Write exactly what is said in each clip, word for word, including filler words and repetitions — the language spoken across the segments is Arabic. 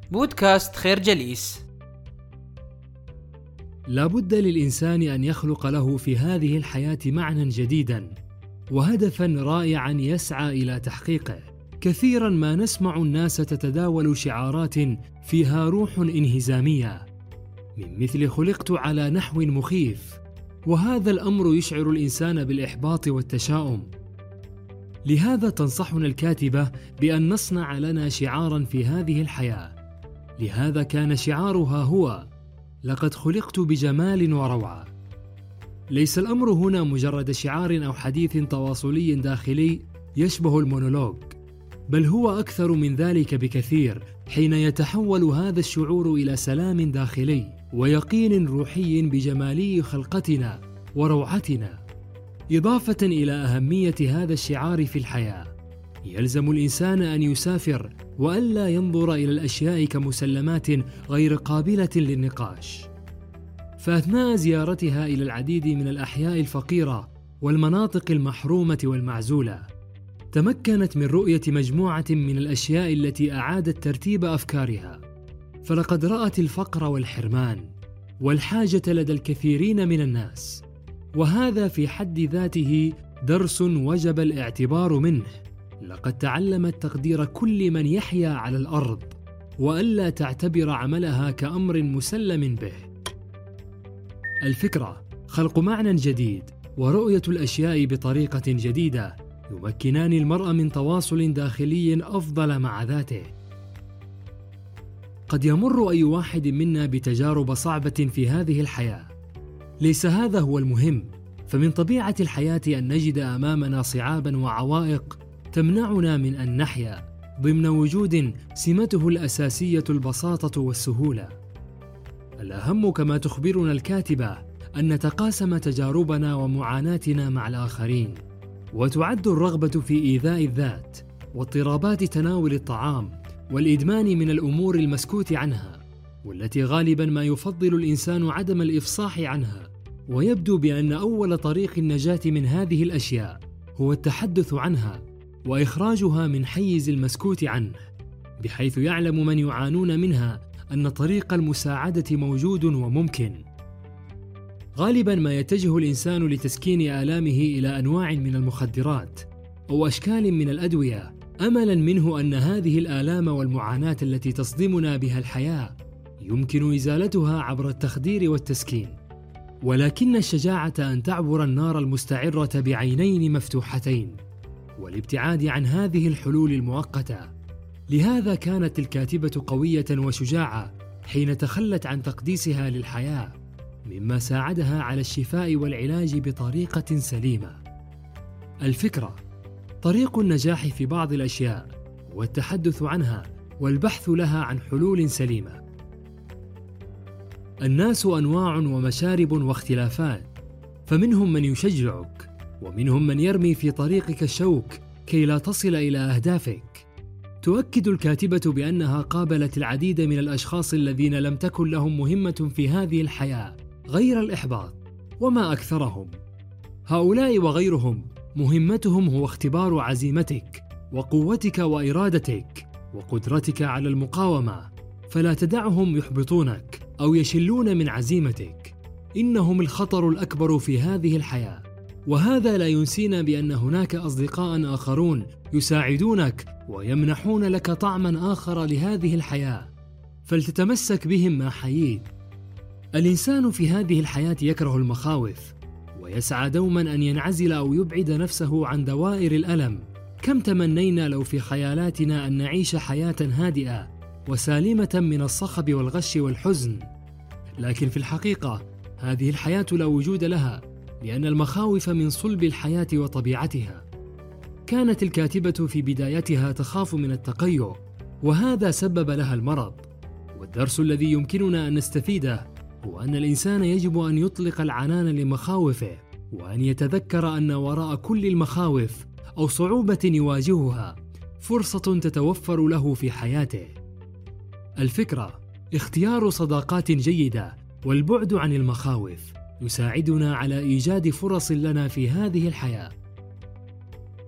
بودكاست خير جليس. لا بد للإنسان أن يخلق له في هذه الحياة معنى جديدا وهدفا رائعا يسعى إلى تحقيقه. كثيرا ما نسمع الناس تتداول شعارات فيها روح انهزامية، من مثل خلقت على نحو مخيف، وهذا الأمر يشعر الإنسان بالإحباط والتشاؤم. لهذا تنصحنا الكاتبة بأن نصنع لنا شعارا في هذه الحياة. لهذا كان شعارها هو: لقد خلقت بجمال وروعة. ليس الأمر هنا مجرد شعار أو حديث تواصلي داخلي يشبه المونولوج، بل هو أكثر من ذلك بكثير، حين يتحول هذا الشعور إلى سلام داخلي ويقين روحي بجمالي خلقتنا وروعتنا. إضافة إلى أهمية هذا الشعار في الحياة، يلزم الإنسان أن يسافر وألا ينظر إلى الأشياء كمسلمات غير قابلة للنقاش. فأثناء زيارتها إلى العديد من الأحياء الفقيرة والمناطق المحرومة والمعزولة، تمكنت من رؤية مجموعة من الأشياء التي أعادت ترتيب أفكارها. فلقد رأت الفقر والحرمان والحاجة لدى الكثيرين من الناس، وهذا في حد ذاته درس وجب الاعتبار منه. لقد تعلمت تقدير كل من يحيا على الأرض، وألا تعتبر عملها كأمر مسلم به. الفكرة: خلق معنى جديد ورؤية الأشياء بطريقة جديدة يمكنان المرء من تواصل داخلي أفضل مع ذاته. قد يمر أي واحد منا بتجارب صعبة في هذه الحياة، ليس هذا هو المهم، فمن طبيعة الحياة أن نجد أمامنا صعابا وعوائق تمنعنا من أن نحيا ضمن وجود سمته الأساسية البساطة والسهولة. الأهم كما تخبرنا الكاتبة أن نتقاسم تجاربنا ومعاناتنا مع الآخرين، وتعد الرغبة في إيذاء الذات واضطرابات تناول الطعام والإدمان من الأمور المسكوت عنها، والتي غالبا ما يفضل الإنسان عدم الإفصاح عنها. ويبدو بأن أول طريق النجاة من هذه الأشياء هو التحدث عنها وإخراجها من حيز المسكوت عنه، بحيث يعلم من يعانون منها أن طريق المساعدة موجود وممكن. غالبا ما يتجه الإنسان لتسكين آلامه إلى أنواع من المخدرات أو أشكال من الأدوية، أملا منه أن هذه الآلام والمعاناة التي تصدمنا بها الحياة يمكن إزالتها عبر التخدير والتسكين. ولكن الشجاعة أن تعبر النار المستعرة بعينين مفتوحتين والابتعاد عن هذه الحلول المؤقتة. لهذا كانت الكاتبة قوية وشجاعة حين تخلت عن تقديسها للحياة، مما ساعدها على الشفاء والعلاج بطريقة سليمة. الفكرة: طريق النجاح في بعض الأشياء والتحدث عنها والبحث لها عن حلول سليمة. الناس أنواع ومشارب واختلافات، فمنهم من يشجعك ومنهم من يرمي في طريقك الشوك كي لا تصل إلى أهدافك. تؤكد الكاتبة بأنها قابلت العديد من الأشخاص الذين لم تكن لهم مهمة في هذه الحياة غير الإحباط، وما أكثرهم. هؤلاء وغيرهم مهمتهم هو اختبار عزيمتك وقوتك وإرادتك وقدرتك على المقاومة، فلا تدعهم يحبطونك أو يشلون من عزيمتك. إنهم الخطر الأكبر في هذه الحياة. وهذا لا ينسينا بأن هناك أصدقاء آخرون يساعدونك ويمنحون لك طعما آخر لهذه الحياة، فلتتمسك بهم ما حييت. الإنسان في هذه الحياة يكره المخاوف ويسعى دوما أن ينعزل أو يبعد نفسه عن دوائر الألم. كم تمنينا لو في خيالاتنا أن نعيش حياة هادئة وسالمة من الصخب والغش والحزن، لكن في الحقيقة هذه الحياة لا وجود لها، لأن المخاوف من صلب الحياة وطبيعتها. كانت الكاتبة في بدايتها تخاف من التقيؤ، وهذا سبب لها المرض. والدرس الذي يمكننا أن نستفيده هو أن الإنسان يجب أن يطلق العنان لمخاوفه، وأن يتذكر أن وراء كل المخاوف أو صعوبة يواجهها فرصة تتوفر له في حياته. الفكرة: اختيار صداقات جيدة والبعد عن المخاوف يساعدنا على إيجاد فرص لنا في هذه الحياة.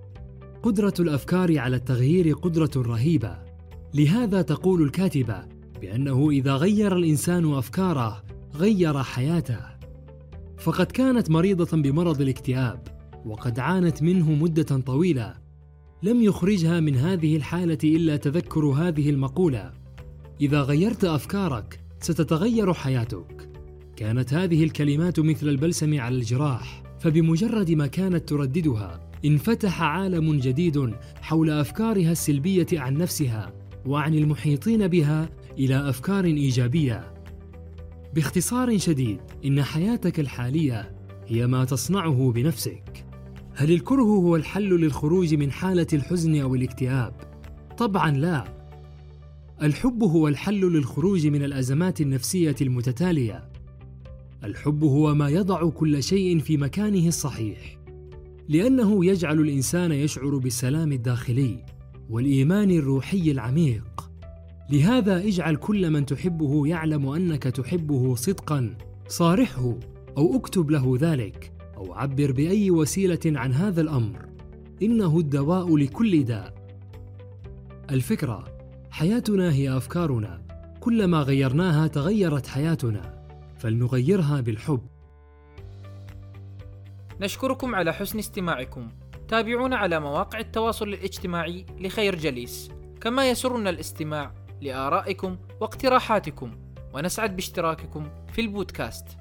قدرة الأفكار على التغيير قدرة رهيبة. لهذا تقول الكاتبة: بأنه إذا غير الإنسان أفكاره غير حياته. فقد كانت مريضة بمرض الاكتئاب وقد عانت منه مدة طويلة، لم يخرجها من هذه الحالة إلا تذكر هذه المقولة: إذا غيرت أفكارك ستتغير حياتك. كانت هذه الكلمات مثل البلسم على الجراح، فبمجرد ما كانت ترددها انفتح عالم جديد حول أفكارها السلبية عن نفسها وعن المحيطين بها إلى أفكار إيجابية. باختصار شديد، إن حياتك الحالية هي ما تصنعه بنفسك. هل الكره هو الحل للخروج من حالة الحزن أو الاكتئاب؟ طبعاً لا. الحب هو الحل للخروج من الأزمات النفسية المتتالية. الحب هو ما يضع كل شيء في مكانه الصحيح، لأنه يجعل الإنسان يشعر بالسلام الداخلي والإيمان الروحي العميق. لهذا اجعل كل من تحبه يعلم أنك تحبه صدقاً، صارحه أو اكتب له ذلك أو عبر بأي وسيلة عن هذا الأمر. إنه الدواء لكل داء. الفكرة: حياتنا هي أفكارنا، كلما غيرناها تغيرت حياتنا، فلنغيرها بالحب. نشكركم على حسن استماعكم. تابعونا على مواقع التواصل الاجتماعي لخير جليس، كما يسرنا الاستماع لآرائكم واقتراحاتكم، ونسعد باشتراككم في البودكاست.